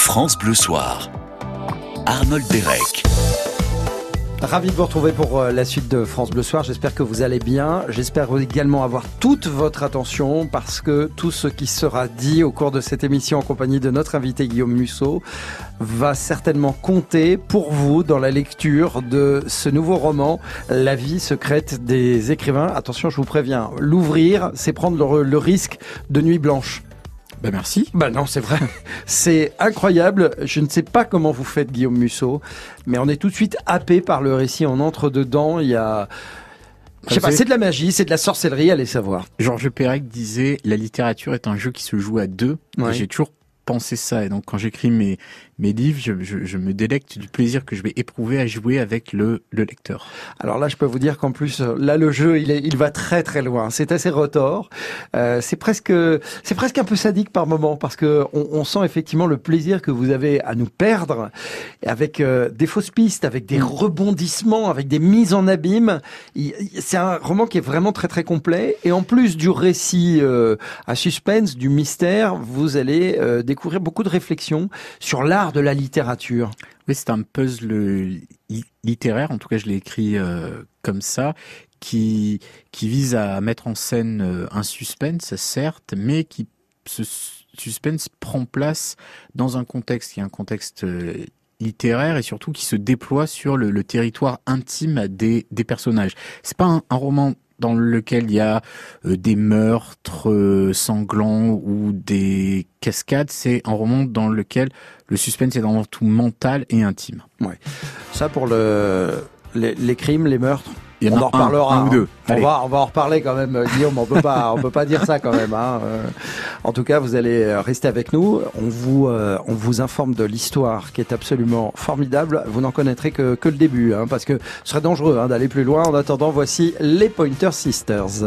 France Bleu Soir. Arnold Derek. Ravi de vous retrouver pour la suite de France Bleu Soir. J'espère que vous allez bien. J'espère également avoir toute votre attention parce que tout ce qui sera dit au cours de cette émission en compagnie de notre invité Guillaume Musso va certainement compter pour vous dans la lecture de ce nouveau roman, La vie secrète des écrivains. Attention, je vous préviens, l'ouvrir, c'est prendre le risque de nuit blanche. Ben merci. Ben non, c'est vrai. C'est incroyable. Je ne sais pas comment vous faites, Guillaume Musso, mais on est tout de suite happé par le récit. On entre dedans. Il y a, je sais pas, c'est de la magie, c'est de la sorcellerie. Allez savoir. Georges Perec disait la littérature est un jeu qui se joue à deux. Ouais. Et j'ai toujours pensé ça. Et donc quand j'écris mes livres, je me délecte du plaisir que je vais éprouver à jouer avec le lecteur. Alors là, je peux vous dire qu'en plus, là, le jeu, il va très très loin. C'est assez retors. C'est presque un peu sadique par moment parce que on sent effectivement le plaisir que vous avez à nous perdre avec des fausses pistes, avec des rebondissements, avec des mises en abîme. C'est un roman qui est vraiment très très complet. Et en plus du récit à suspense, du mystère, vous allez découvrir beaucoup de réflexions sur l'art de la littérature. Oui, c'est un puzzle littéraire, en tout cas je l'ai écrit comme ça, qui vise à mettre en scène un suspense, certes, mais ce suspense prend place dans un contexte qui est un contexte littéraire et surtout qui se déploie sur le territoire intime des personnages. C'est pas un roman dans lequel il y a des meurtres sanglants ou des cascades, c'est un roman dans lequel le suspense est avant tout mental et intime. Ouais. Ça pour les crimes, les meurtres. Il y en on en reparlera. Un ou deux. On va en reparler quand même, Guillaume. On peut pas dire ça quand même. Hein. En tout cas, vous allez rester avec nous. On vous informe de l'histoire qui est absolument formidable. Vous n'en connaîtrez que le début, hein, parce que ce serait dangereux d'aller plus loin. En attendant, voici les Pointer Sisters.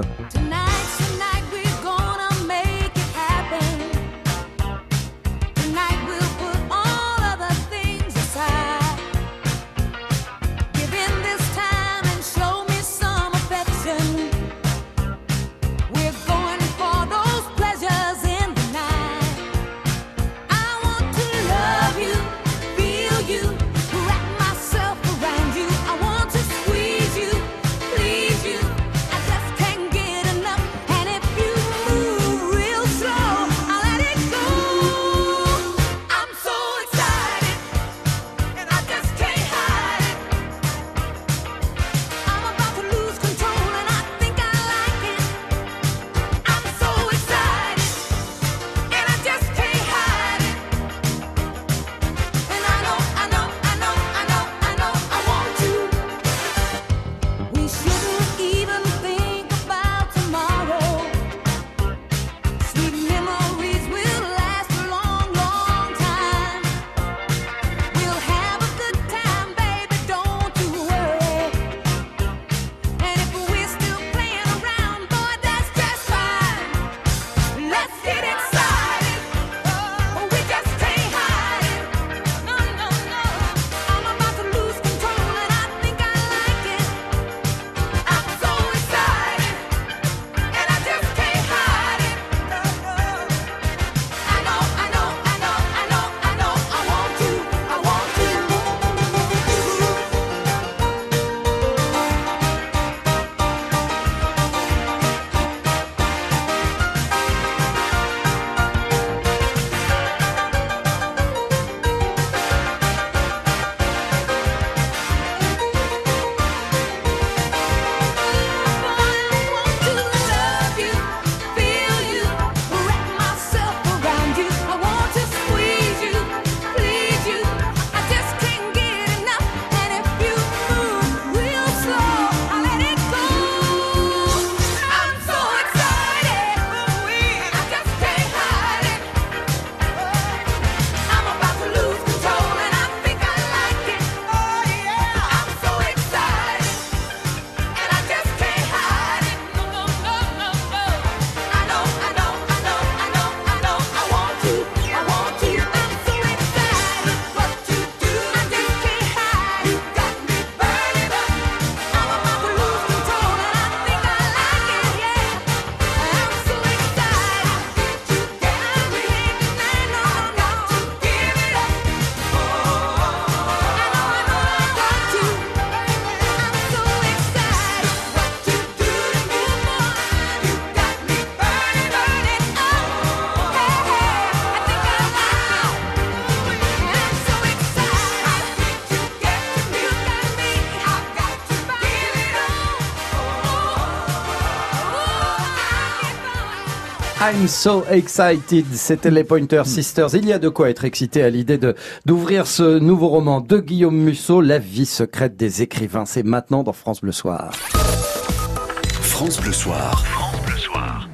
I'm so excited. C'était les Pointer Sisters. Il y a de quoi être excité à l'idée d'ouvrir ce nouveau roman de Guillaume Musso, La vie secrète des écrivains. C'est maintenant dans France Bleu Soir. France Bleu Soir. France Bleu Soir.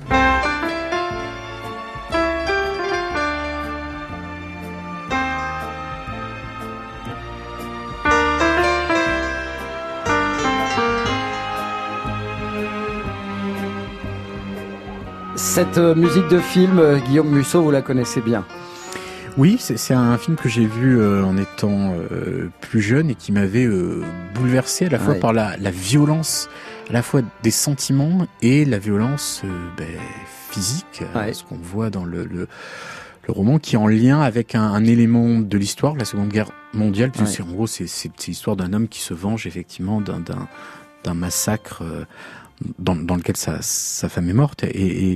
Cette musique de film, Guillaume Musso, vous la connaissez bien. Oui, c'est un film que j'ai vu en étant plus jeune et qui m'avait bouleversé à la fois par la violence, à la fois des sentiments et la violence physique, ce qu'on voit dans le roman, qui est en lien avec un élément de l'histoire, la Seconde Guerre mondiale, puisque en gros c'est l'histoire d'un homme qui se venge effectivement d'un massacre dans lequel sa femme est morte, et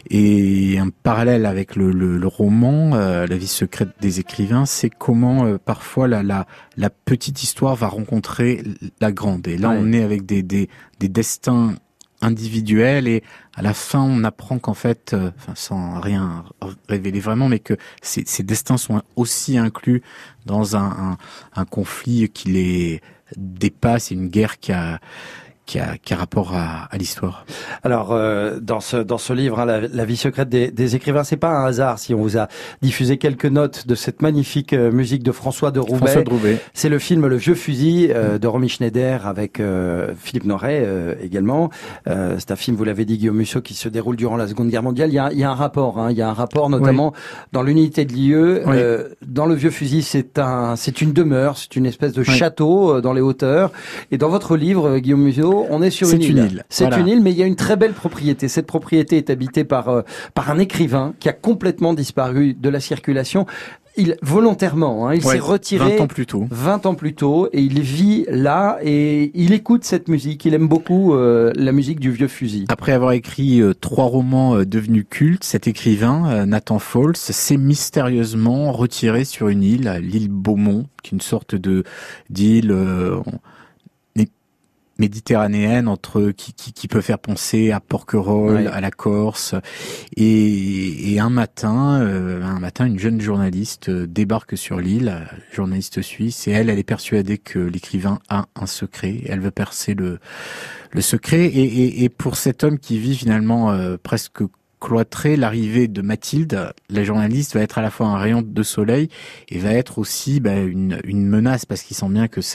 un parallèle avec le roman La vie secrète des écrivains, c'est comment parfois la petite histoire va rencontrer la grande, et là on est avec des destins individuels, et à la fin on apprend qu'en fait, sans rien révéler vraiment, mais que ces destins sont aussi inclus dans un conflit qui les dépasse, et une guerre qui a rapport à l'histoire. Alors dans ce livre, La vie secrète des écrivains, c'est pas un hasard si on vous a diffusé quelques notes de cette magnifique musique de François de Roubaix. C'est le film Le vieux fusil de Romy Schneider avec Philippe Noiret également. C'est un film, vous l'avez dit, Guillaume Musso, qui se déroule durant la Seconde Guerre mondiale. Il y a un rapport, il y a un rapport notamment dans l'unité de lieu. Dans Le vieux fusil, c'est une demeure, c'est une espèce de château dans les hauteurs. Et dans votre livre, Guillaume Musso, on est sur une île. C'est une île, mais il y a une très belle propriété. Cette propriété est habitée par un écrivain qui a complètement disparu de la circulation. Volontairement, il s'est retiré 20 ans plus tôt, et il vit là, et il écoute cette musique. Il aime beaucoup la musique du vieux fusil. Après avoir écrit 3 romans devenus cultes, cet écrivain, Nathan Fowles, s'est mystérieusement retiré sur une île, l'île Beaumont, qui est une sorte d'île méditerranéenne qui peut faire penser à Porquerolles, à la Corse, et un matin une jeune journaliste débarque sur l'île, journaliste suisse, et elle est persuadée que l'écrivain a un secret. Elle veut percer le secret, et pour cet homme qui vit finalement presque cloîtré, l'arrivée de Mathilde, la journaliste, va être à la fois un rayon de soleil et va être aussi une menace, parce qu'il sent bien que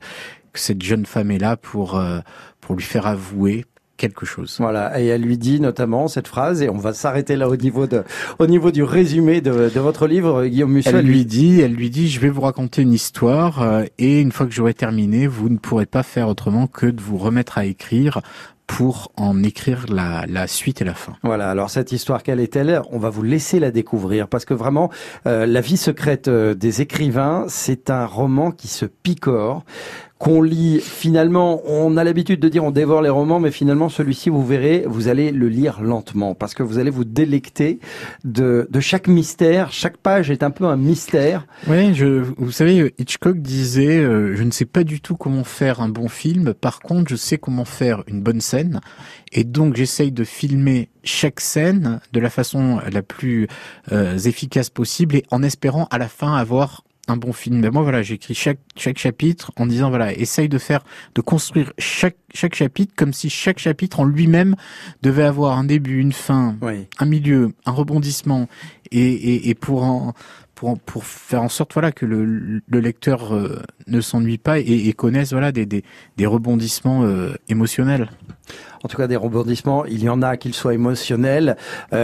cette jeune femme est là pour lui faire avouer quelque chose. Voilà, et elle lui dit notamment cette phrase, et on va s'arrêter là au niveau du résumé de votre livre, Guillaume Musso. Elle lui dit, je vais vous raconter une histoire, et une fois que j'aurai terminé, vous ne pourrez pas faire autrement que de vous remettre à écrire pour en écrire la suite et la fin. Voilà, alors cette histoire, quelle est-elle ? On va vous laisser la découvrir, parce que vraiment, La vie secrète des écrivains, c'est un roman qui se picore, qu'on lit finalement. On a l'habitude de dire on dévore les romans, mais finalement celui-ci, vous verrez, vous allez le lire lentement, parce que vous allez vous délecter de chaque mystère. Chaque page est un peu un mystère. Oui, vous savez, Hitchcock disait je ne sais pas du tout comment faire un bon film, par contre je sais comment faire une bonne scène, et donc j'essaye de filmer chaque scène de la façon la plus efficace possible, et en espérant à la fin avoir un bon film. Mais moi, voilà, j'écris chaque chapitre en disant, voilà, essaye de construire chaque chapitre comme si chaque chapitre en lui-même devait avoir un début, une fin, un milieu, un rebondissement, et pour faire en sorte, voilà, que le lecteur ne s'ennuie pas et connaisse, voilà, des rebondissements émotionnels. En tout cas, des rebondissements, il y en a, qu'ils soient émotionnels,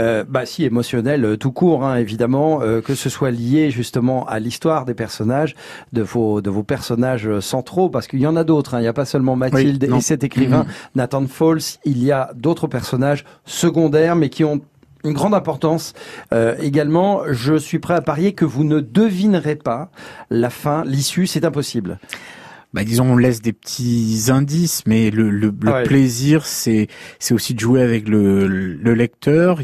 émotionnels tout court, évidemment, que ce soit lié justement à l'histoire des personnages, de vos personnages centraux, parce qu'il y en a d'autres, il n'y a pas seulement Mathilde et cet écrivain, Nathan Fowles, il y a d'autres personnages secondaires, mais qui ont une grande importance également. Je suis prêt à parier que vous ne devinerez pas la fin, l'issue, c'est impossible. Disons, on laisse des petits indices, mais le plaisir, c'est aussi de jouer avec le lecteur,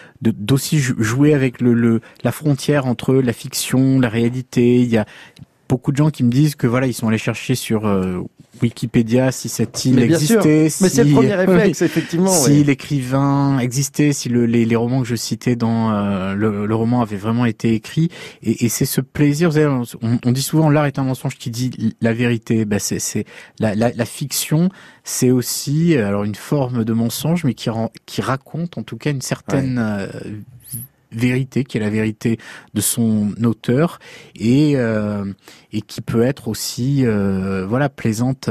d'aussi jouer avec la frontière entre la fiction, la réalité. Il y a beaucoup de gens qui me disent que voilà, ils sont allés chercher sur Wikipédia si cette île existait, mais c'est le premier réflexe, effectivement. Si l'écrivain existait, si les romans que je citais dans le roman avaient vraiment été écrits, et c'est ce plaisir. Vous savez, on dit souvent l'art est un mensonge qui dit la vérité. C'est la fiction, c'est aussi alors une forme de mensonge, mais qui raconte en tout cas une certaine vérité, qui est la vérité de son auteur, et qui peut être aussi plaisante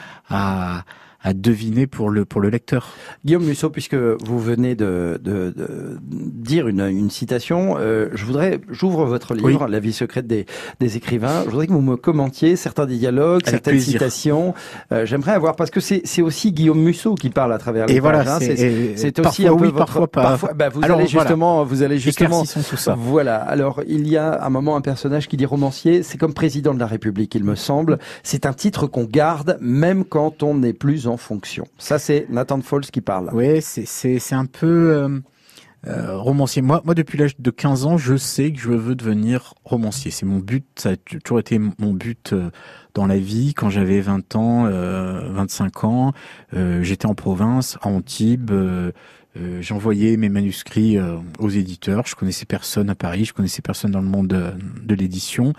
à deviner pour le lecteur. Guillaume Musso, puisque vous venez de dire une citation, j'ouvre votre livre, La vie secrète des écrivains. Je voudrais que vous me commentiez certains des dialogues, avec certaines plaisir. Citations. J'aimerais avoir, parce que c'est aussi Guillaume Musso qui parle à travers les pages. Voilà, c'est aussi un peu votre, parfois pas. Vous allez justement. Éclaircissons tout ça. Voilà. Alors, il y a un moment un personnage qui dit romancier, c'est comme président de la République, il me semble. C'est un titre qu'on garde même quand on n'est plus en fonction. Ça, c'est Nathan Falls qui parle. Oui, c'est un peu romancier. Moi, depuis l'âge de 15 ans, je sais que je veux devenir romancier. C'est mon but, ça a toujours été mon but dans la vie. Quand j'avais 20 ans, 25 ans, j'étais en province, à Antibes. J'envoyais mes manuscrits aux éditeurs. Je connaissais personne à Paris, je connaissais personne dans le monde de l'édition,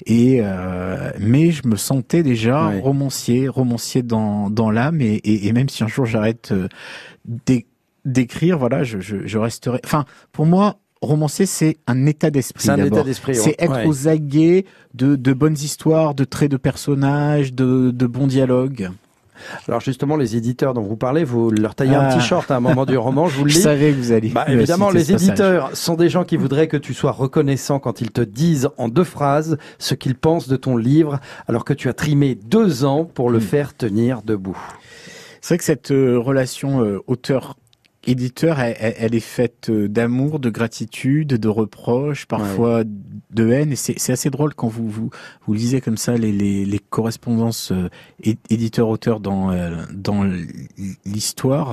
mais je me sentais déjà romancier dans l'âme, et même si un jour j'arrête d'écrire, voilà, je resterai. Enfin, pour moi, romancier, c'est un état d'esprit. C'est un état d'esprit. C'est être aux aguets de bonnes histoires, de traits de personnages, de bons dialogues. Alors justement, les éditeurs dont vous parlez, vous leur taillez un t-shirt à un moment du roman, je vous le dis. Je savais que vous alliez. Évidemment, les éditeurs sont des gens qui voudraient que tu sois reconnaissant quand ils te disent en 2 phrases ce qu'ils pensent de ton livre, alors que tu as trimé 2 ans pour le faire tenir debout. C'est vrai que cette relation auteur-éditeur, elle est faite d'amour, de gratitude, de reproches, parfois de haine. Et c'est assez drôle quand vous lisez comme ça les correspondances éditeur-auteur dans l'histoire,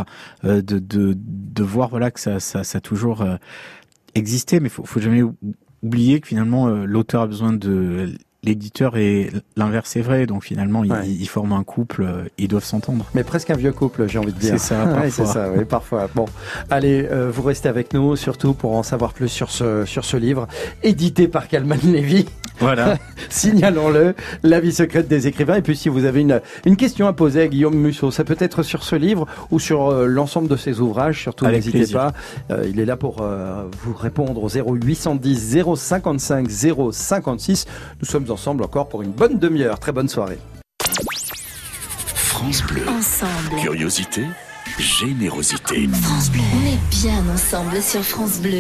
de voir que ça a toujours existé. Mais faut jamais oublier que finalement l'auteur a besoin de l'éditeur, et l'inverse est vrai. Donc finalement, ils forment un couple, ils doivent s'entendre. Mais presque un vieux couple, j'ai envie de dire. C'est ça, parfois. C'est ça, oui, parfois. Bon, allez, vous restez avec nous, surtout pour en savoir plus sur ce livre, édité par Kalman Levy. Voilà. Signalons-le, La vie secrète des écrivains. Et puis si vous avez une question à poser à Guillaume Musso, ça peut être sur ce livre ou sur l'ensemble de ses ouvrages, surtout n'hésitez pas. Il est là pour vous répondre au 0810 055 056. Nous sommes ensemble encore pour une bonne demi-heure. Très bonne soirée. France Bleu. Ensemble. Curiosité, générosité. France Bleu. On est bien ensemble sur France Bleu.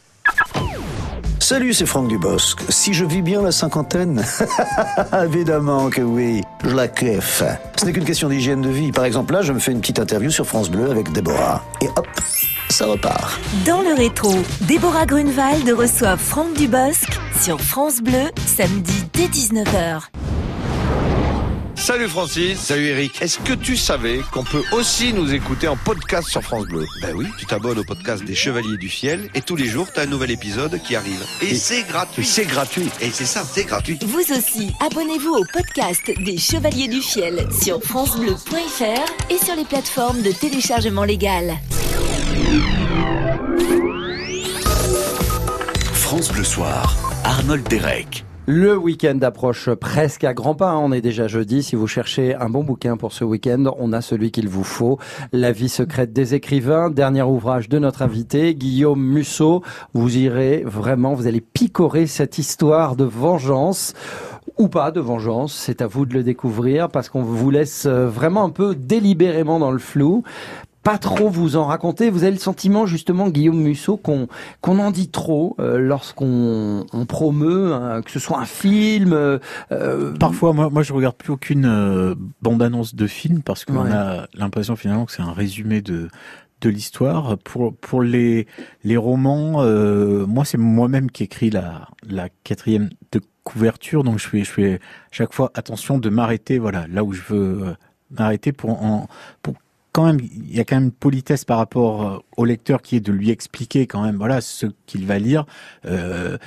Salut, c'est Franck Dubosc. Si je vis bien la cinquantaine, évidemment que oui, je la kiffe. Ce n'est qu'une question d'hygiène de vie. Par exemple, là, je me fais une petite interview sur France Bleu avec Déborah. Et hop, ça repart. Dans le rétro, Déborah Grunewald reçoit Franck Dubosc sur France Bleu, samedi dès 19h. Salut Francis. Salut Eric. Est-ce que tu savais qu'on peut aussi nous écouter en podcast sur France Bleu? Ben oui, tu t'abonnes au podcast des Chevaliers du Fiel et tous les jours, tu as un nouvel épisode qui arrive. Et c'est gratuit. C'est gratuit. Et c'est ça, c'est gratuit. Vous aussi, abonnez-vous au podcast des Chevaliers du Fiel sur francebleu.fr et sur les plateformes de téléchargement légal. France Bleu Soir, Arnold Derek. Le week-end approche presque à grands pas. On est déjà jeudi. Si vous cherchez un bon bouquin pour ce week-end, on a celui qu'il vous faut. La vie secrète des écrivains, dernier ouvrage de notre invité, Guillaume Musso. Vous irez vraiment, vous allez picorer cette histoire de vengeance. Ou pas de vengeance, c'est à vous de le découvrir parce qu'on vous laisse vraiment un peu délibérément dans le flou. Pas trop vous en raconter. Vous avez le sentiment, justement, Guillaume Musso, qu'on en dit trop lorsqu'on promeut, que ce soit un film. Parfois, moi, je regarde plus aucune bande-annonce de film parce qu'on a l'impression finalement que c'est un résumé de l'histoire. Pour les romans, moi, c'est moi-même qui écris la 4e de couverture, donc je fais chaque fois attention de m'arrêter, là où je veux m'arrêter pour quand même, il y a quand même une politesse par rapport au lecteur qui est de lui expliquer quand même, ce qu'il va lire.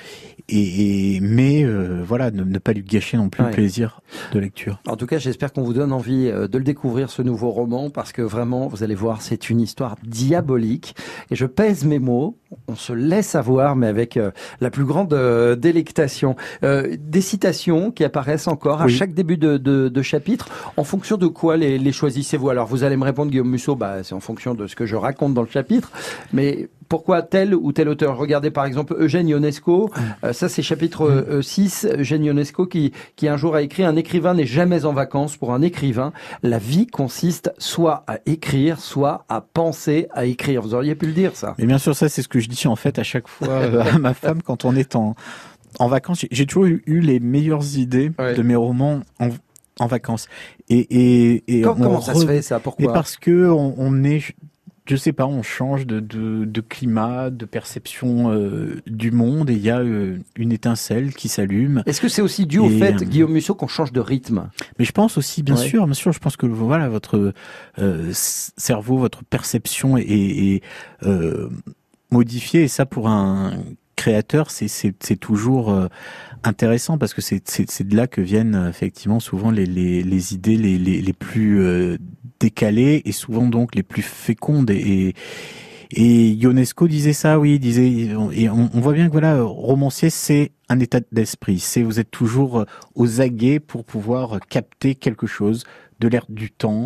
mais voilà, ne pas lui gâcher non plus le Ouais. plaisir de lecture. En tout cas, j'espère qu'on vous donne envie de le découvrir, ce nouveau roman, parce que vraiment, vous allez voir, c'est une histoire diabolique. Et je pèse mes mots, on se laisse avoir, mais avec la plus grande délectation. Des citations qui apparaissent encore à Oui. chaque début de chapitre. En fonction de quoi les choisissez-vous? Alors, vous allez me répondre, Guillaume Musso, c'est en fonction de ce que je raconte dans le chapitre. Mais pourquoi tel ou tel auteur? Regardez par exemple Eugène Ionesco, ça c'est chapitre 6, Eugène Ionesco qui un jour a écrit: un écrivain n'est jamais en vacances. Pour un écrivain, la vie consiste soit à écrire, soit à penser à écrire. Vous auriez pu le dire, ça. Mais bien sûr, ça c'est ce que je dis en fait à chaque fois à ma femme quand on est en vacances. J'ai toujours eu les meilleures idées Ouais. de mes romans en vacances. Et Comment ça se fait, ça? Mais Pourquoi? parce que on est, je sais pas, on change de climat, de perception du monde, et il y a une étincelle qui s'allume. Est-ce que c'est aussi dû au Et, fait, Guillaume Musso, qu'on change de rythme? Mais je pense aussi, bien Ouais. sûr, je pense que voilà, votre cerveau, votre perception est modifiée, et ça pour un créateur, c'est toujours intéressant, parce que c'est de là que viennent effectivement souvent les idées les plus décalées, et souvent donc les plus fécondes, et Ionesco disait ça, oui, il disait, et on voit bien que voilà, romancier, c'est un état d'esprit, vous êtes toujours aux aguets pour pouvoir capter quelque chose de l'air du temps,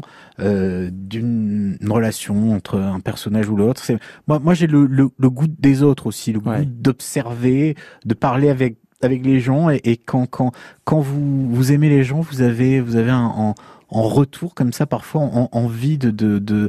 d'une relation entre un personnage ou l'autre. Moi j'ai le goût des autres aussi, le goût Ouais. d'observer, de parler avec les gens, et quand vous aimez les gens, vous avez en retour comme ça parfois envie de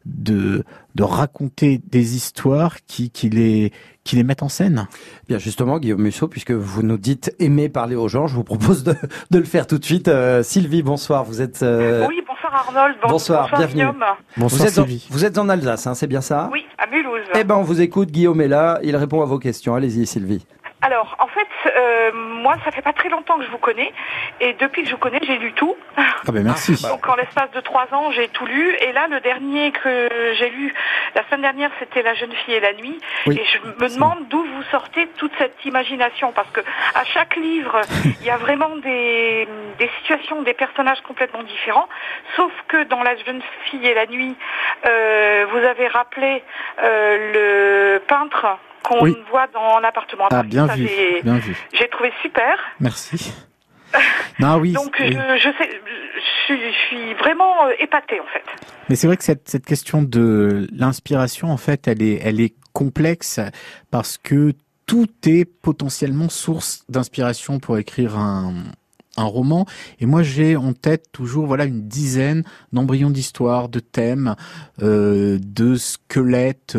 raconter des histoires qui les mettent en scène. Bien justement, Guillaume Musso, puisque vous nous dites aimer parler aux gens, je vous propose de le faire tout de suite. Sylvie, bonsoir. Vous êtes Oui, bonsoir Arnold. Bonsoir, bienvenue. Guillaume. Bonsoir Sylvie. vous êtes en Alsace, hein, c'est bien ça? Oui, à Mulhouse. Eh ben, on vous écoute. Guillaume est là. Il répond à vos questions. Allez-y, Sylvie. Alors, en fait, moi, ça fait pas très longtemps que je vous connais. Et depuis que je vous connais, j'ai lu tout. Ah ben merci. Donc, en l'espace de 3 ans, j'ai tout lu. Et là, le dernier que j'ai lu la semaine dernière, c'était La jeune fille et la nuit. Oui. Et je me demande d'où vous sortez toute cette imagination. Parce que à chaque livre, il y a vraiment des situations, des personnages complètement différents. Sauf que dans La jeune fille et la nuit, vous avez rappelé le peintre qu'on Oui. voit dans un appartement à Ah Paris. bien Ça, vu, bien vu. j'ai trouvé super. Merci. Non, oui. Donc oui. je suis vraiment épatée en fait. Mais c'est vrai que cette question de l'inspiration, en fait, elle est complexe, parce que tout est potentiellement source d'inspiration pour écrire un roman. Et moi, j'ai en tête toujours, voilà, une dizaine d'embryons d'histoires, de thèmes, de squelettes,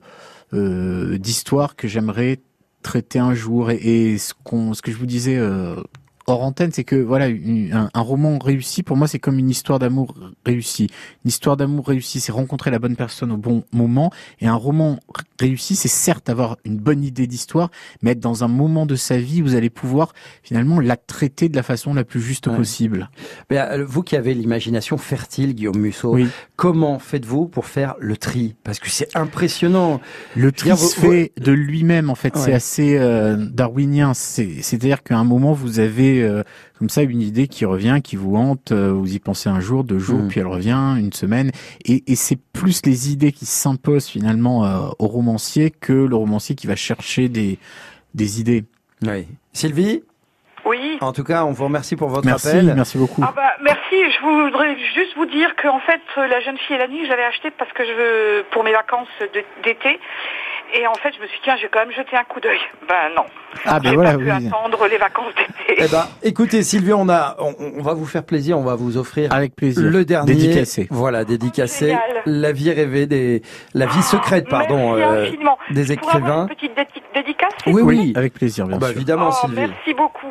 d'histoires que j'aimerais traiter un jour. Et ce que je vous disais hors antenne, c'est que voilà, un roman réussi, pour moi, c'est comme une histoire d'amour réussie. Une histoire d'amour réussie, c'est rencontrer la bonne personne au bon moment. Et un roman réussi, c'est certes avoir une bonne idée d'histoire, mais être dans un moment de sa vie où vous allez pouvoir finalement la traiter de la façon la plus juste possible. Mais, vous qui avez l'imagination fertile, Guillaume Musso, Oui. comment faites-vous pour faire le tri? Parce que c'est impressionnant. Le tri se fait de lui-même, en fait. Ouais. C'est assez darwinien. C'est-à-dire qu'à un moment, vous avez comme ça une idée qui revient, qui vous hante. Vous y pensez un jour, 2 jours, puis elle revient, une semaine. Et c'est plus les idées qui s'imposent finalement au romancier que le romancier qui va chercher des idées. Oui. Sylvie, Oui. en tout cas, on vous remercie pour votre Merci, appel. merci beaucoup. Ah bah merci, je voudrais juste vous dire qu'en fait La jeune fille et la nuit, je l'avais acheté parce que pour mes vacances d'été. Et en fait, je me suis dit, tiens, je vais quand même jeter un coup d'œil. Ben non. Ah ben J'ai voilà, pas pu oui. attendre les vacances d'été. Eh ben, écoutez, Sylvie, on va vous faire plaisir, on va vous offrir Avec plaisir. le dernier. Dédicacé. Voilà, dédicacé. Génial. La vie rêvée la vie secrète, pardon, Merci infiniment. des Je pourrais avoir écrivains. une petite dédicace Oui, oui. Avec plaisir, bien Bah, sûr. évidemment, Oh, Sylvie. merci beaucoup.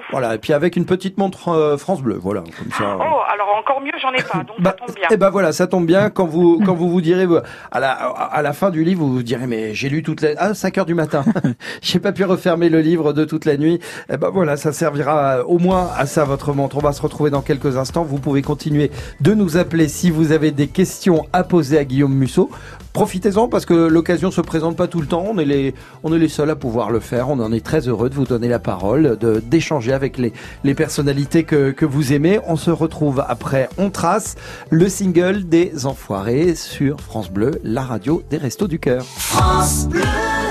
Voilà, et puis avec une petite montre France Bleu, voilà, comme ça. Oh, alors encore mieux, j'en ai pas, donc ça tombe bien. Et ben voilà, ça tombe bien quand vous direz à la fin du livre, vous direz mais j'ai lu 5 heures du matin. J'ai pas pu refermer le livre de toute la nuit. Et ben voilà, ça servira au moins à ça votre montre. On va se retrouver dans quelques instants. Vous pouvez continuer de nous appeler si vous avez des questions à poser à Guillaume Musso. Profitez-en parce que l'occasion se présente pas tout le temps. On est les seuls à pouvoir le faire. On en est très heureux de vous donner la parole, d'échanger avec les personnalités que vous aimez. On se retrouve après On Trace, le single des Enfoirés sur France Bleu, la radio des Restos du Cœur. France Bleu.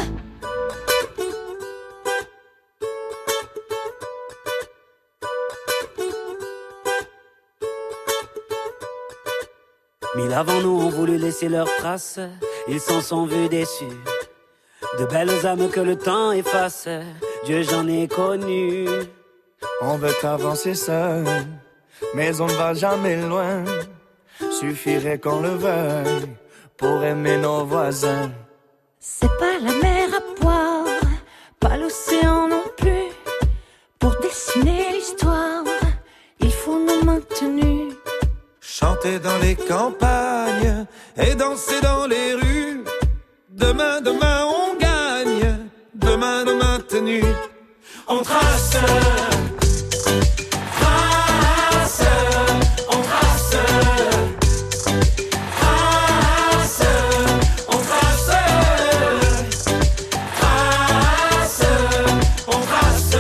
Mille avant nous ont voulu laisser leurs traces, ils s'en sont vus déçus. De belles âmes que le temps efface, Dieu j'en ai connu. On veut avancer seul, mais on ne va jamais loin. Suffirait qu'on le veuille pour aimer nos voisins. C'est pas la mer à boire, pas l'océan non plus. Pour dessiner l'histoire, il faut nos mains tenues. Chanter dans les campagnes et danser dans les rues. Demain, demain, on gagne. Demain, demain, tenue. On trace. Trace. On trace. Trace. On trace. Trace. On trace.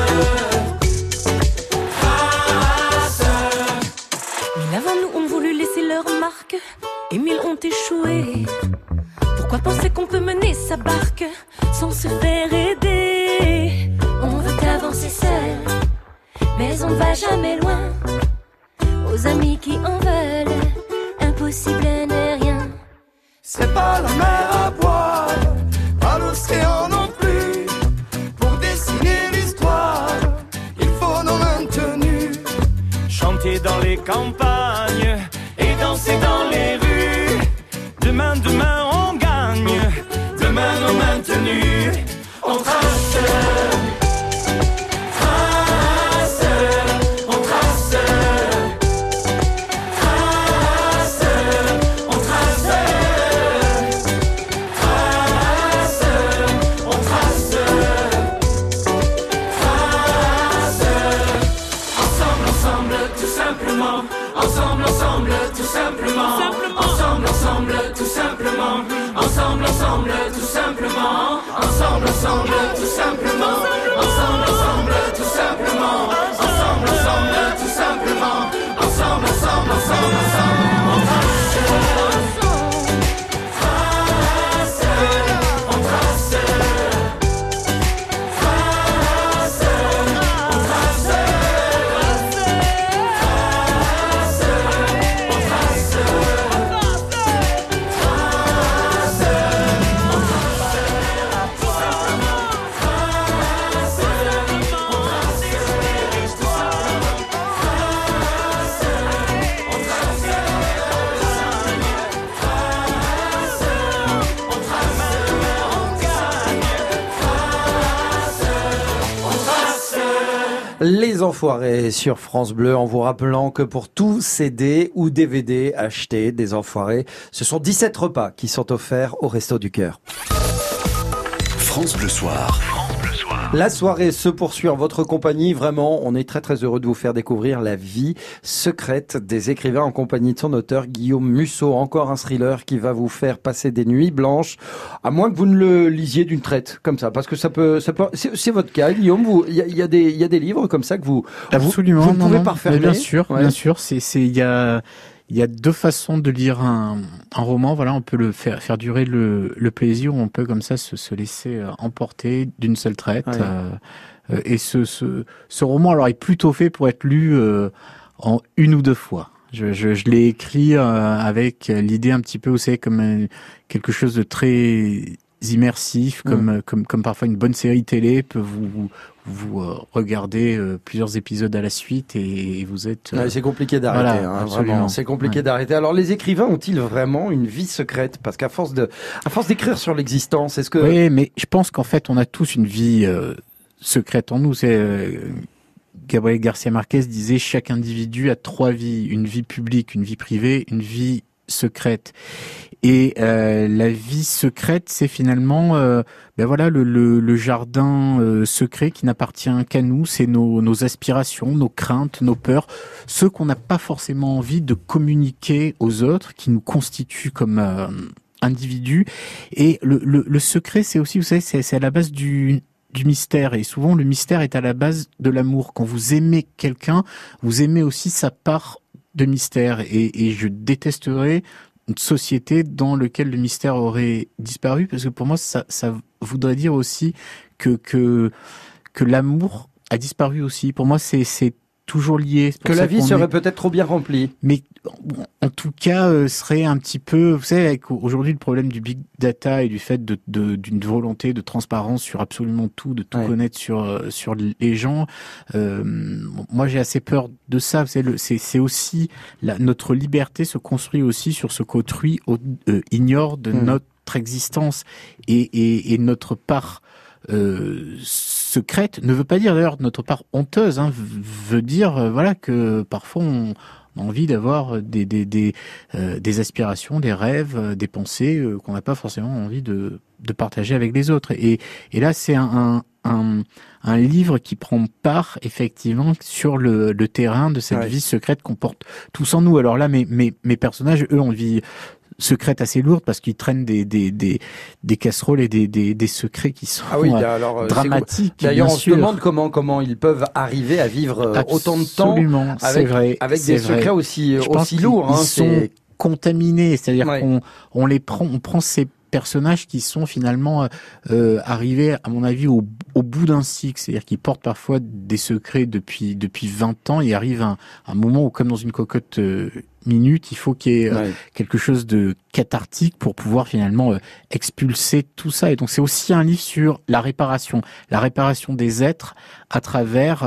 Trace. Mille avant nous ont voulu laisser leur marque et mille ont échoué. Pourquoi penser qu'on peut mener sa barque sans se faire aider? On veut avancer seul, mais on ne va jamais loin. Aux amis qui en veulent, impossible n'est rien. C'est pas la mer à boire, pas l'océan non plus. Pour dessiner l'histoire, il faut nos mains tenues. Chanter dans les campagnes et danser dans les rues. Demain, demain, on gagne. Demain, nos mains tenues. On trace. Trace. On trace. Trace. On trace. Trace. On trace. Trace. Ensemble, ensemble, tout simplement. Ensemble, ensemble, tout simplement. Ensemble, ensemble, tout simplement. Ensemble, ensemble, tout simplement. Ensemble, ensemble, tout simplement. Ensemble, ensemble, tout simplement. Ensemble, ensemble, tout simplement. Ensemble, ensemble, ensemble, ensemble. On trace. Trace. On trace. Trace. On trace. Les Enfoirés sur France Bleu, en vous rappelant que pour tout CD ou DVD acheté des Enfoirés, ce sont 17 repas qui sont offerts au Resto du Cœur. France Bleu Soir. La soirée se poursuit en votre compagnie. Vraiment, on est très très heureux de vous faire découvrir la vie secrète des écrivains en compagnie de son auteur Guillaume Musso. Encore un thriller qui va vous faire passer des nuits blanches, à moins que vous ne le lisiez d'une traite comme ça, parce que ça peut. C'est votre cas, Guillaume. Il y a des livres comme ça que vous absolument vous ne pouvez pas refermer. Bien sûr, bien sûr. Il y a deux façons de lire un roman. Voilà, on peut le faire durer le plaisir, ou on peut comme ça se laisser emporter d'une seule traite. Ouais. Et ce roman, alors, est plutôt fait pour être lu en une ou deux fois. Je l'ai écrit avec l'idée un petit peu, vous savez, comme quelque chose de très immersif, comme parfois une bonne série télé peut vous regardez plusieurs épisodes à la suite et vous êtes... c'est compliqué d'arrêter, voilà, vraiment. C'est compliqué d'arrêter. Alors, les écrivains ont-ils vraiment une vie secrète? Parce qu'à force d'écrire sur l'existence, est-ce que... Oui, mais je pense qu'en fait, on a tous une vie secrète en nous. C'est Gabriel Garcia Marquez disait chaque individu a 3 vies, une vie publique, une vie privée, une vie secrète. Et la vie secrète, c'est finalement le jardin secret qui n'appartient qu'à nous. C'est nos aspirations, nos craintes, nos peurs, ceux qu'on n'a pas forcément envie de communiquer aux autres, qui nous constituent comme individus. Et le secret, c'est aussi, vous savez, c'est à la base du mystère. Et souvent, le mystère est à la base de l'amour. Quand vous aimez quelqu'un, vous aimez aussi sa part de mystère. Et je détesterais une société dans laquelle le mystère aurait disparu, parce que pour moi, ça voudrait dire aussi que l'amour a disparu aussi. Pour moi, c'est toujours lié. Que la vie serait peut-être trop bien remplie. Mais en tout cas, serait un petit peu... Vous savez, avec aujourd'hui le problème du big data et du fait d'une volonté de transparence sur absolument tout, de tout connaître sur les gens, moi j'ai assez peur de ça. C'est aussi... notre liberté se construit aussi sur ce qu'autrui ignore de notre existence et notre part secrète ne veut pas dire d'ailleurs notre part honteuse, veut dire que parfois on a envie d'avoir des aspirations, des rêves, des pensées qu'on n'a pas forcément envie de partager avec les autres. Et là c'est un livre qui prend part effectivement sur le terrain de cette vie secrète qu'on porte tous en nous. Alors là mes personnages, eux, ont une vie secrète assez lourde parce qu'ils traînent des casseroles et des secrets qui sont dramatiques. D'ailleurs, on se demande comment ils peuvent arriver à vivre autant de temps avec des secrets aussi lourds. Ils sont contaminés, c'est-à-dire qu'on prend ces personnages qui sont finalement arrivés, à mon avis, au bout d'un cycle, c'est-à-dire qu'ils portent parfois des secrets depuis 20 ans, et arrive un moment où, comme dans une cocotte minute, il faut qu'il y ait quelque chose de cathartique pour pouvoir finalement expulser tout ça. Et donc c'est aussi un livre sur la réparation des êtres à travers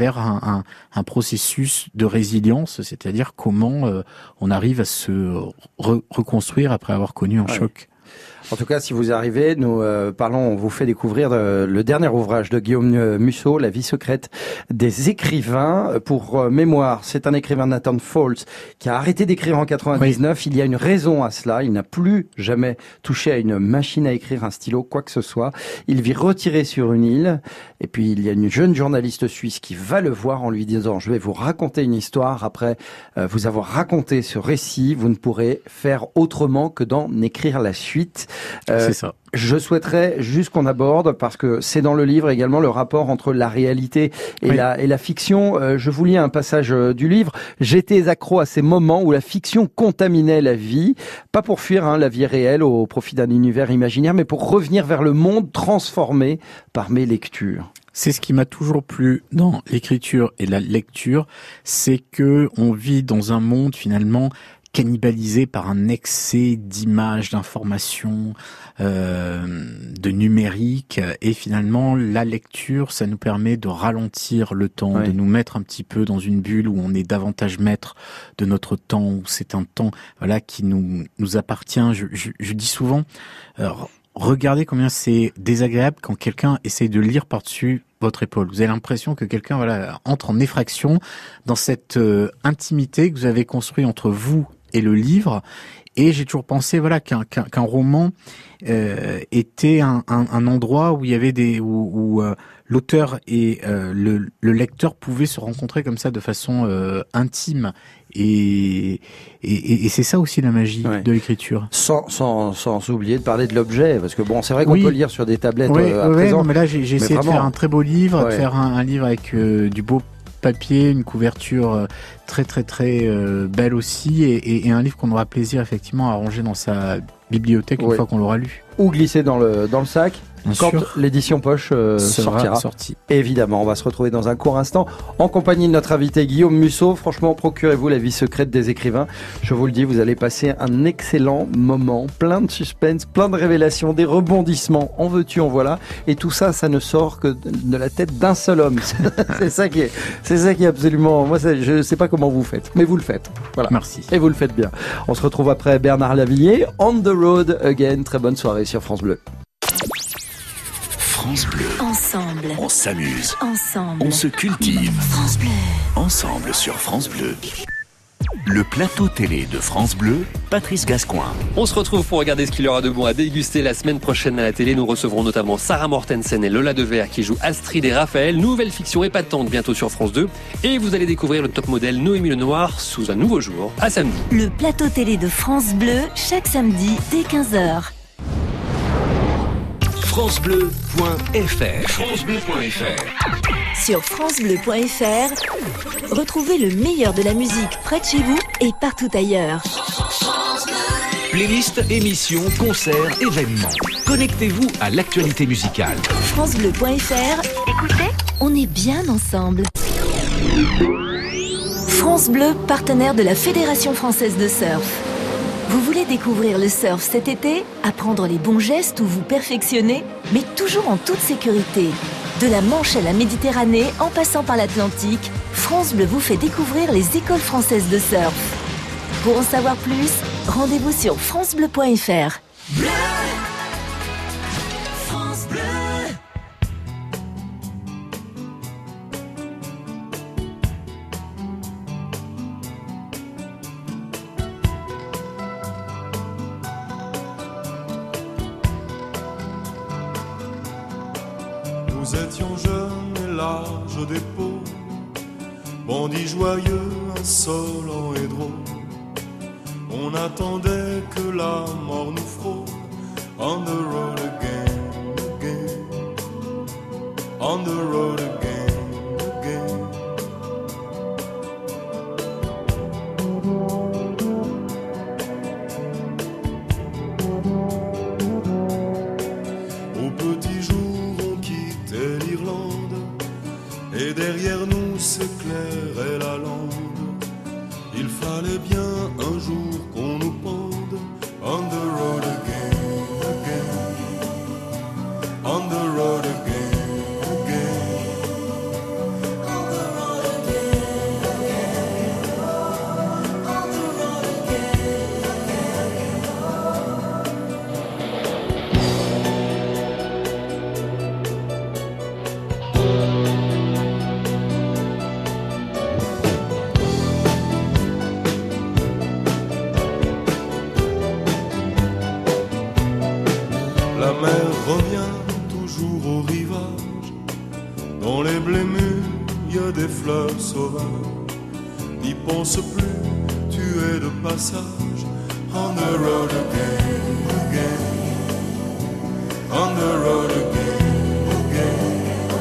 un processus de résilience, c'est-à-dire comment on arrive à se reconstruire après avoir connu un choc. En tout cas, si vous arrivez, on vous fait découvrir le dernier ouvrage de Guillaume Musso, La vie secrète des écrivains. Pour mémoire, c'est un écrivain, Nathan Foltz, qui a arrêté d'écrire en 99. Il y a une raison à cela. Il n'a plus jamais touché à une machine à écrire, un stylo, quoi que ce soit. Il vit retiré sur une île. Et puis, il y a une jeune journaliste suisse qui va le voir en lui disant « Je vais vous raconter une histoire. Après vous avoir raconté ce récit, vous ne pourrez faire autrement que d'en écrire la suite. » C'est ça. Je souhaiterais juste qu'on aborde, parce que c'est dans le livre également, le rapport entre la réalité et la fiction. Je vous lis un passage du livre. J'étais accro à ces moments où la fiction contaminait la vie, pas pour fuir la vie réelle au profit d'un univers imaginaire, mais pour revenir vers le monde transformé par mes lectures. C'est ce qui m'a toujours plu dans l'écriture et la lecture, c'est que on vit dans un monde finalement cannibalisé par un excès d'images, d'informations, de numérique, et finalement la lecture, ça nous permet de ralentir le temps, de nous mettre un petit peu dans une bulle où on est davantage maître de notre temps, où c'est un temps qui nous appartient. Je dis souvent, regardez combien c'est désagréable quand quelqu'un essaye de lire par-dessus votre épaule. Vous avez l'impression que quelqu'un entre en effraction dans cette intimité que vous avez construite entre vous et le livre. Et j'ai toujours pensé qu'un roman était un endroit où il y avait où l'auteur et le lecteur pouvaient se rencontrer comme ça de façon intime. Et c'est ça aussi la magie de l'écriture. Sans oublier de parler de l'objet, parce que c'est vrai qu'on peut lire sur des tablettes à présent. Mais là j'ai essayé de faire un très beau livre, de faire un livre avec du beau papier, une couverture très très très belle aussi, et un livre qu'on aura plaisir effectivement à ranger dans sa bibliothèque une fois qu'on l'aura lu. Ou glisser dans le sac. Quand l'édition poche sortira. Sorti. Évidemment, on va se retrouver dans un court instant en compagnie de notre invité Guillaume Musso. Franchement, procurez-vous La vie secrète des écrivains. Je vous le dis, vous allez passer un excellent moment, plein de suspense, plein de révélations, des rebondissements, en veux-tu, en voilà. Et tout ça, ça ne sort que de la tête d'un seul homme. c'est ça qui est absolument... Moi, je ne sais pas comment vous faites, mais vous le faites. Voilà. Merci. Et vous le faites bien. On se retrouve après Bernard Lavilliers. On the road again. Très bonne soirée sur France Bleu. France Bleu. Ensemble. On s'amuse. Ensemble. On se cultive. France Bleu. Ensemble sur France Bleu. Le plateau télé de France Bleu, Patrice Gascoin. On se retrouve pour regarder ce qu'il y aura de bon à déguster la semaine prochaine à la télé. Nous recevrons notamment Sarah Mortensen et Lola Devers qui jouent Astrid et Raphaël. Nouvelle fiction épatante bientôt sur France 2. Et vous allez découvrir le top modèle Noémie Lenoir sous un nouveau jour. À samedi. Le plateau télé de France Bleu, chaque samedi dès 15h. FranceBleu.fr FranceBleu.fr Sur francebleu.fr, retrouvez le meilleur de la musique près de chez vous et partout ailleurs. Playlist, émissions, concerts, événements. Connectez-vous à l'actualité musicale. francebleu.fr, écoutez, on est bien ensemble. France Bleu, partenaire de la Fédération française de surf. Vous voulez découvrir le surf cet été, apprendre les bons gestes ou vous perfectionner, mais toujours en toute sécurité. De la Manche à la Méditerranée, en passant par l'Atlantique, France Bleu vous fait découvrir les écoles françaises de surf. Pour en savoir plus, rendez-vous sur francebleu.fr. Bleu. France Bleu. Nous étions jeunes et larges d'épaules, bandits joyeux, insolents et drôles. On attendait que la mort nous frôle. On the road again, again. On the road again, again. Au petit jour on quittait l'Irlande, et derrière nous s'éclairait la lande. Il fallait bien un jour qu'on nous pende. On the road again, again. On the road again, again. On the road again, again. On the road again, La mer revient toujours au rivage. Dans les blés mûrs, y a des fleurs sauvages. N'y pense plus, tu es de passage. On the road again, again. On the road again, again.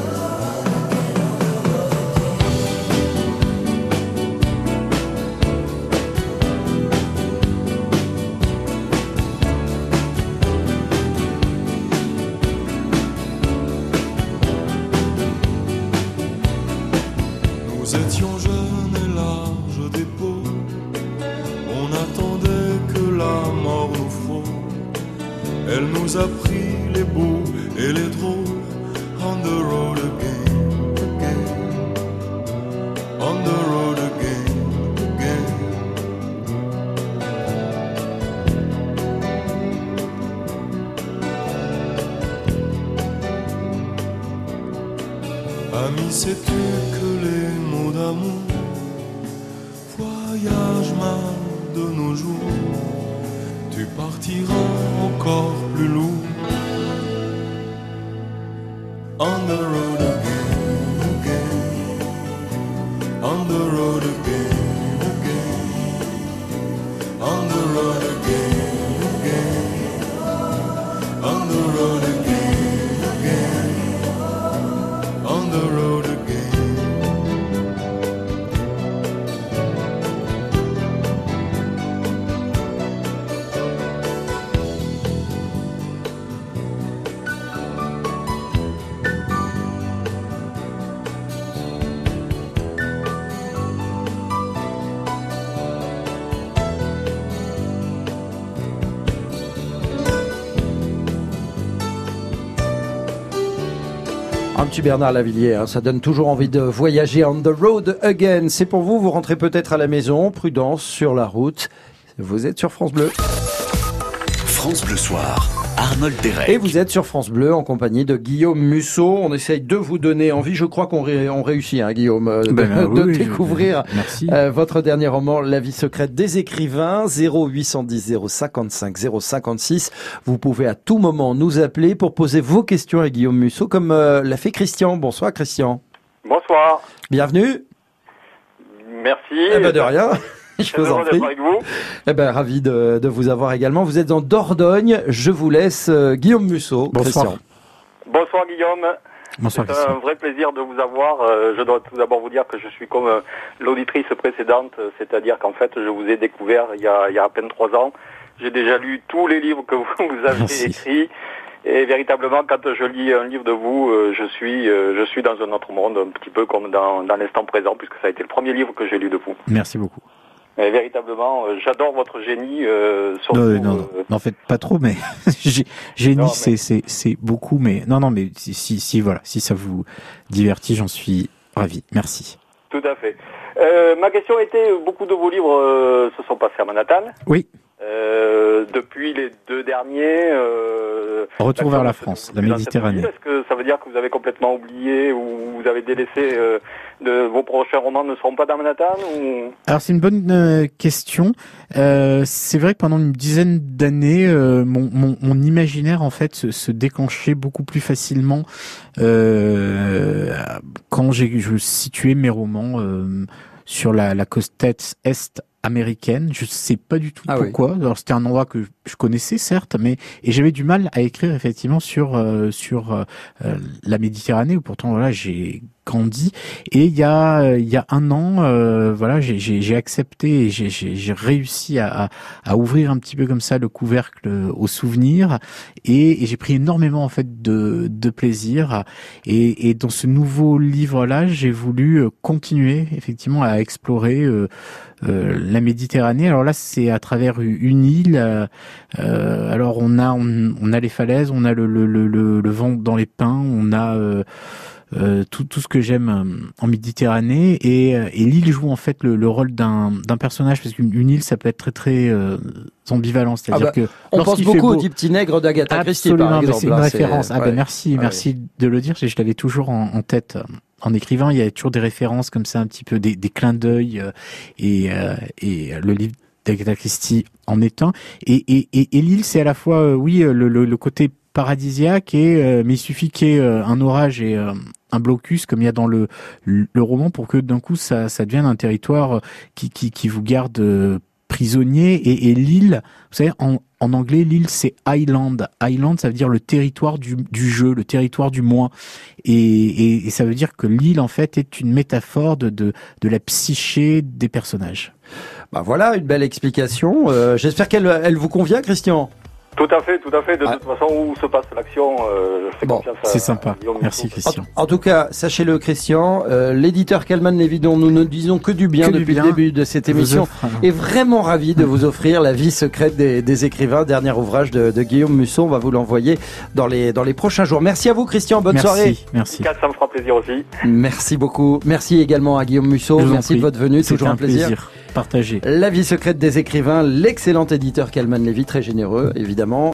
Nous étions jeunes et larges d'épaules. On attendait que la mort nous frôle. Elle nous a pris les beaux et les drôles. On the road again, again. On the road again, again. Ami, sais-tu que les mots d'amour voyagent mal de nos jours? Tu partiras encore plus lourd. On the road again, again. On the road again, again. On the road again, again. On the road again, again. On the road again. Un petit Bernard Lavilliers, hein, ça donne toujours envie de voyager on the road again. C'est pour vous, vous rentrez peut-être à la maison, prudence sur la route. Vous êtes sur France Bleu. France Bleu Soir, Arnold Derek. Et vous êtes sur France Bleu en compagnie de Guillaume Musso. On essaye de vous donner envie. Je crois qu'on réussit, hein, Guillaume, de découvrir votre dernier roman, La vie secrète des écrivains. 0810 055 056. Vous pouvez à tout moment nous appeler pour poser vos questions à Guillaume Musso, comme l'a fait Christian. Bonsoir Christian. Bonsoir. Bienvenue. Merci. De rien. Je vous en prie. Avec vous. Ravi de vous avoir également. Vous êtes en Dordogne. Je vous laisse Guillaume Musso. Bonsoir. Christian. Bonsoir Guillaume. Bonsoir, c'est un vrai plaisir de vous avoir. Je dois tout d'abord vous dire que je suis comme l'auditrice précédente, c'est-à-dire qu'en fait je vous ai découvert il y a à peine 3 ans. J'ai déjà lu tous les livres que vous avez écrits. Et véritablement, quand je lis un livre de vous, je suis dans un autre monde, un petit peu comme dans l'instant présent, puisque ça a été le premier livre que j'ai lu de vous. Merci beaucoup. Et véritablement, j'adore votre génie. N'en faites pas trop, mais génie, c'est beaucoup, mais non, mais si voilà, si ça vous divertit, j'en suis ravi. Merci. Tout à fait. Ma question était, beaucoup de vos livres se sont passés à Manhattan. Oui. Depuis les 2 derniers... Retour vers la France, la Méditerranée. Est-ce que ça veut dire que vous avez complètement oublié ou vous avez délaissé vos prochains romans ne seront pas dans Manhattan ou... Alors c'est une bonne question. C'est vrai que pendant une dizaine d'années, mon imaginaire en fait se déclenchait beaucoup plus facilement quand je situais mes romans sur la côte est américaine. Je sais pas du tout pourquoi. Alors c'était un endroit que je connaissais certes, et j'avais du mal à écrire effectivement sur la Méditerranée où pourtant voilà j'ai grandi. Et il y a 1 an, voilà j'ai accepté et j'ai réussi à ouvrir un petit peu comme ça le couvercle aux souvenirs et j'ai pris énormément en fait de plaisir et dans ce nouveau livre là j'ai voulu continuer effectivement à explorer la Méditerranée. Alors là, c'est à travers une île. Alors on a les falaises, on a le vent dans les pins, on a tout ce que j'aime en Méditerranée et l'île joue en fait le rôle d'un personnage parce qu'une île ça peut être très très ambivalent, c'est-à-dire que on pense beaucoup au Dix Petits Nègres d'Agatha Christie par exemple. C'est une référence. Merci de le dire. Je l'avais toujours en tête. En écrivant, il y a toujours des références comme ça, un petit peu des clins d'œil et le livre d'Agatha Christie en est un. Et l'île, c'est à la fois le côté paradisiaque mais il suffit qu'il y ait un orage et un blocus comme il y a dans le roman pour que d'un coup ça devienne un territoire qui vous garde prisonnier et l'île, vous savez en anglais l'île c'est island. Island ça veut dire le territoire du jeu, le territoire du moi et ça veut dire que l'île en fait est une métaphore de la psyché des personnages. Voilà une belle explication. J'espère qu'elle vous convient, Christian. Tout à fait. De toute façon, où se passe l'action, je fais confiance à... C'est sympa. Merci, Christian. En tout cas, sachez-le, Christian, l'éditeur Calman Lévy, dont nous ne disons que du bien depuis le début de cette émission, est vraiment ravi de vous offrir La vie secrète des écrivains, dernier ouvrage de Guillaume Musso. On va vous l'envoyer dans les prochains jours. Merci à vous, Christian. Bonne soirée. Merci. Ça me fera plaisir aussi. Merci beaucoup. Merci également à Guillaume Musso. Merci de votre venue. Toujours un plaisir. Partagé. La vie secrète des écrivains, l'excellent éditeur Calman Lévy, très généreux, évidemment.